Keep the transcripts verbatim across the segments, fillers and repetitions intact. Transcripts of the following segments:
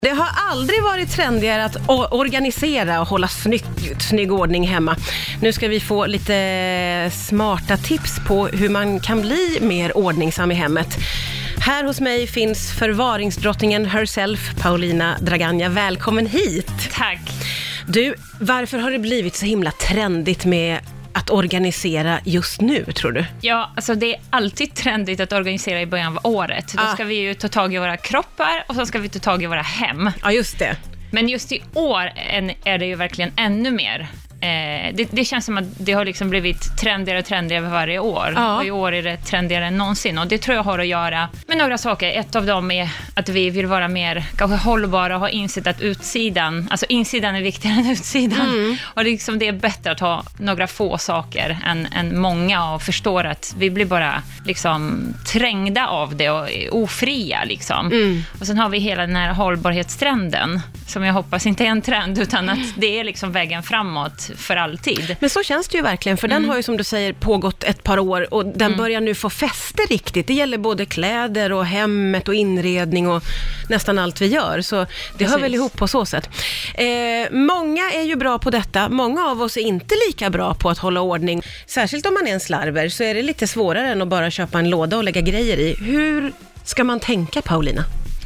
Det har aldrig varit trendigare att organisera och hålla snygg, snygg ordning hemma. Nu ska vi få lite smarta tips på hur man kan bli mer ordningsam i hemmet. Här hos mig finns förvaringsdrottningen herself, Paulina Draganja. Välkommen hit. Tack. Du, varför har det blivit så himla trendigt med att organisera just nu, tror du? Ja, alltså det är alltid trendigt att organisera i början av året. Då ah. ska vi ju ta tag i våra kroppar och så ska vi ta tag i våra hem. Ja, just det. Men just i år är det ju verkligen ännu mer. Eh, det, det känns som att det har liksom blivit trendigare och trendigare varje år. Ja. Och i år är det trendigare än någonsin. Och det tror jag har att göra med några saker. Ett av dem är att vi vill vara mer kanske hållbara och ha insett att utsidan, alltså insidan är viktigare än utsidan. Mm. Och liksom det är bättre att ha några få saker än, än många, och förstår att vi blir bara liksom trängda av det och ofria liksom. Mm. Och sen har vi hela den här hållbarhetstrenden som jag hoppas inte är en trend, utan att det är liksom vägen framåt för alltid. Men så känns det ju verkligen, för mm. den har ju som du säger pågått ett par år och den mm. börjar nu få fäste riktigt. Det gäller både kläder och hemmet och inredning och nästan allt vi gör. Så det Precis. Hör väl ihop på så sätt. Eh, många är ju bra på detta. Många av oss är inte lika bra på att hålla ordning. Särskilt om man är en slarver så är det lite svårare än att bara köpa en låda och lägga grejer i. Hur ska man tänka, Paulina?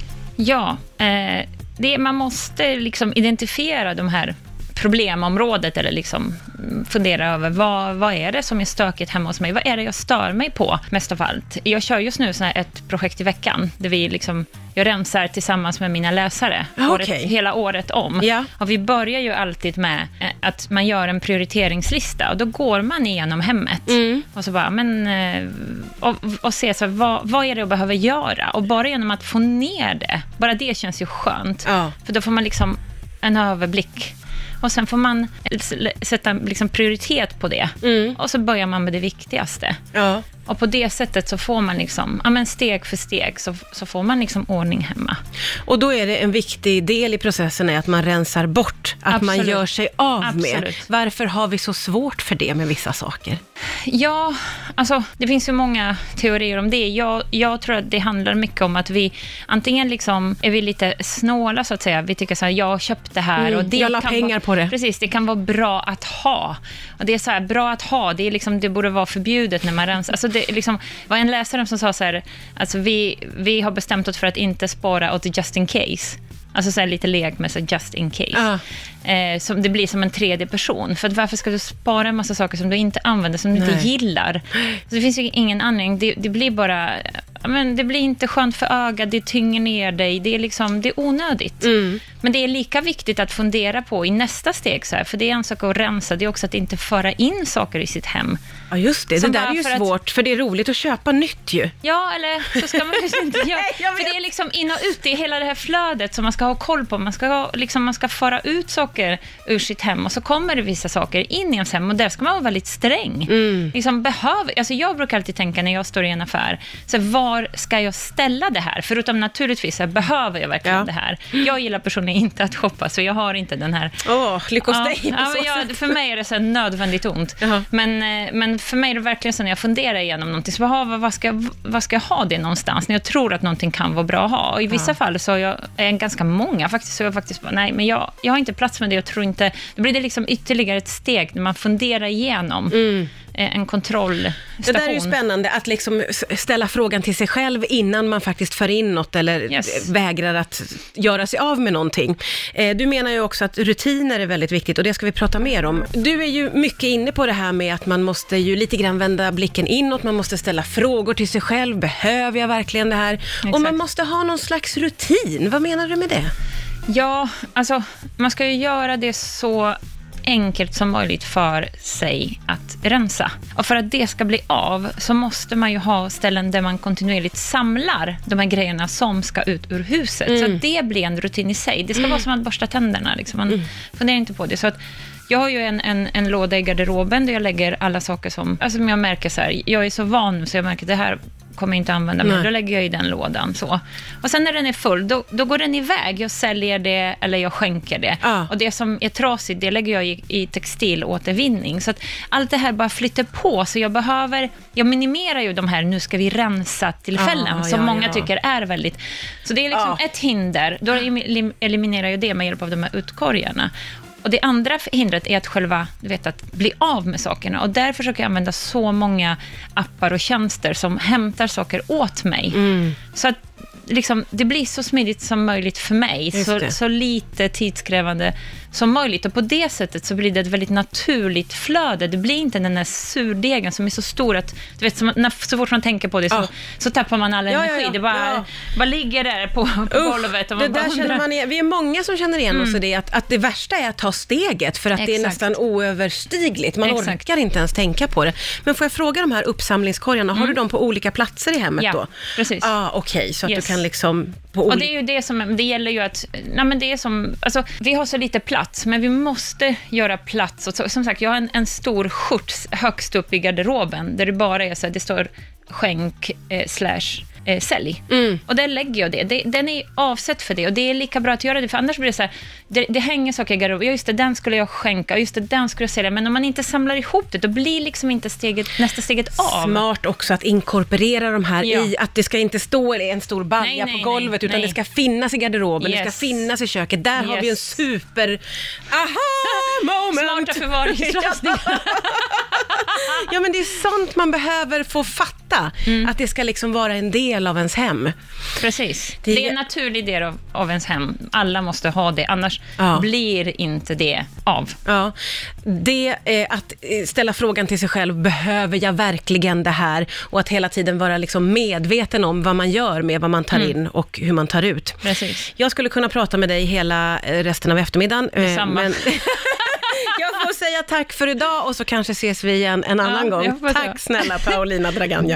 Ja, eh, det, man måste liksom identifiera de här problemområdet, eller liksom fundera över vad, vad är det som är stökigt hemma hos mig? Vad är det jag stör mig på mest av allt? Jag kör just nu så här ett projekt i veckan där vi liksom, jag rensar tillsammans med mina läsare okay. året, hela året om. Yeah. Och vi börjar ju alltid med att man gör en prioriteringslista, och då går man igenom hemmet mm. och så bara, men och, och se så vad, vad är det jag behöver göra? Och bara genom att få ner det, bara det känns ju skönt. Ja. För då får man liksom en överblick. Och sen får man sätta liksom prioritet på det. Mm. Och så börjar man med det viktigaste. Ja. Och på det sättet så får man liksom, ja men steg för steg så, så får man liksom ordning hemma. Och då är det en viktig del i processen är att man rensar bort, att Absolut. Man gör sig av Absolut. Med. Varför har vi så svårt för det med vissa saker? Ja, alltså det finns ju många teorier om det. Jag, jag tror att det handlar mycket om att vi antingen liksom är vi lite snåla så att säga. Vi tycker så här, jag köpte det här mm, och det jag la kan pengar vara, på det. Precis, det kan vara bra att ha. Och det är så här, bra att ha, det är liksom, det borde vara förbjudet när man rensar. Alltså det liksom, var en läsare som sa så här, alltså vi, vi har bestämt oss för att inte spara åt just in case. Alltså så här lite lek med så just in case. Uh. Eh, som det blir som en tredje person. För att varför ska du spara en massa saker som du inte använder, som du Nej. Inte gillar? Så det finns ju ingen anledning. Det, det blir bara, men det blir inte skönt för ögat, det tynger ner dig. Det är liksom, det är onödigt. Mm. Men det är lika viktigt att fundera på i nästa steg så här, för det är en sak att rensa, det är också att inte föra in saker i sitt hem. Ja just det, som det där är ju för svårt, att, för det är roligt att köpa nytt ju. Ja, eller så ska man ju inte göra. För det är liksom in och ut i hela det här flödet som man ska ha koll på. Man ska, ha, liksom, man ska föra ut saker ur sitt hem, och så kommer det vissa saker in i ens hem, och där ska man vara väldigt sträng. Mm. Liksom behöver, alltså jag brukar alltid tänka när jag står i en affär, så var ska jag ställa det här? Förutom naturligtvis, så behöver jag verkligen ja. Det här. Jag gillar personligen inte att shoppa, så jag har inte den här. Åh, oh, lyckas dig. Ja, ja, för mig är det så nödvändigt ont. Uh-huh. Men, men för mig är det verkligen så när jag funderar igenom någonting, så vad, vad, ska, vad ska jag ha det någonstans när jag tror att någonting kan vara bra att ha? Och i vissa uh-huh. fall så är jag är ganska många faktiskt, så jag faktiskt bara, nej, men jag, jag har inte plats med det, jag tror inte, då blir det liksom ytterligare ett steg när man funderar igenom mm. en kontrollstation. Det där är ju spännande att liksom ställa frågan till sig själv innan man faktiskt för in något eller yes. vägrar att göra sig av med någonting. Du menar ju också att rutiner är väldigt viktigt, och det ska vi prata mer om. Du är ju mycket inne på det här med att man måste ju lite grann vända blicken inåt, man måste ställa frågor till sig själv, behöver jag verkligen det här? Exakt. Och man måste ha någon slags rutin. Vad menar du med det? Ja, alltså man ska ju göra det så enkelt som möjligt för sig att rensa. Och för att det ska bli av så måste man ju ha ställen där man kontinuerligt samlar de här grejerna som ska ut ur huset. Mm. Så att det blir en rutin i sig. Det ska mm. vara som att borsta tänderna. Liksom. Man mm. funderar inte på det. Så att jag har ju en, en, en låda i garderoben där jag lägger alla saker som, alltså jag märker så här, jag är så van så jag märker att det här kommer jag inte använda mer. Nej. Då lägger jag i den lådan. Så. Och sen när den är full, då, då går den iväg. Jag säljer det eller jag skänker det. Ja. Och det som är trasigt, det lägger jag i, i textilåtervinning. Så att allt det här bara flyttar på. Så jag behöver, jag minimerar ju de här, nu ska vi rensa tillfällen. Ja, som ja, många ja. tycker är väldigt... Så det är liksom Ja. ett hinder. Då elim- eliminerar jag det med hjälp av de här utkorgarna. Och det andra hindret är att själva, du vet, att bli av med sakerna. Och därför försöker jag använda så många appar och tjänster som hämtar saker åt mig. Mm. Så att liksom, det blir så smidigt som möjligt för mig. Så, det. så lite tidskrävande som möjligt. Och på det sättet så blir det ett väldigt naturligt flöde. Det blir inte den där surdegen som är så stor att, du vet, så, när, så fort man tänker på det så, Ja. så tappar man all Ja, energi. ja, ja. Det bara, Ja. bara ligger där på, på Usch, golvet. Och det man bara där undrar. känner man igen. Vi är många som känner igen oss i det, att, att det värsta är att ta steget, för att det är Exakt. nästan oöverstigligt. Man Exakt. orkar inte ens tänka på det. Men får jag fråga, de här uppsamlingskorgarna, har du dem på olika platser i hemmet Ja, då? precis. Ah, okej, så att Yes. du kan liksom... På Och oli- det är ju det som, det gäller ju att, nej men det är som, alltså vi har så lite plats, men vi måste göra plats. Och så, som sagt, jag har en, en stor skjorts högst upp i garderoben, där det bara är så här, det står skänk eh, slash eh, sälj. Mm. Och där lägger jag det. det. Den är avsett för det, och det är lika bra att göra det, för annars blir det så här, det, det hänger saker i garderoben, ja just det, den skulle jag skänka, just det, den skulle jag sälja, men om man inte samlar ihop det, då blir liksom inte steget, nästa steget av. Smart också att inkorporera de här Ja. i, att det ska inte stå en stor balja Nej, nej, på golvet, nej, utan nej. det ska finnas i garderoben, det ska Yes. finnas i köket. Där har vi en Yes. super aha moment! Smarta förvaringslösningar. Ja, men det är sånt man behöver få fatta, Mm. att det ska liksom vara en del av ens hem. Precis. Det- Det är en naturlig del av, av ens hem. Alla måste ha det, annars Ja. blir inte det av. Ja, det är att eh, ställa frågan till sig själv, behöver jag verkligen det här? Och att hela tiden vara liksom medveten om vad man gör med vad man tar Mm. in och hur man tar ut. Precis. Jag skulle kunna prata med dig hela eh, resten av eftermiddagen. eh, Detsamma. Men jag får säga tack för idag, och så kanske ses vi igen en annan Ja, gång. jag hoppas Tack jag. snälla Paulina Draganja.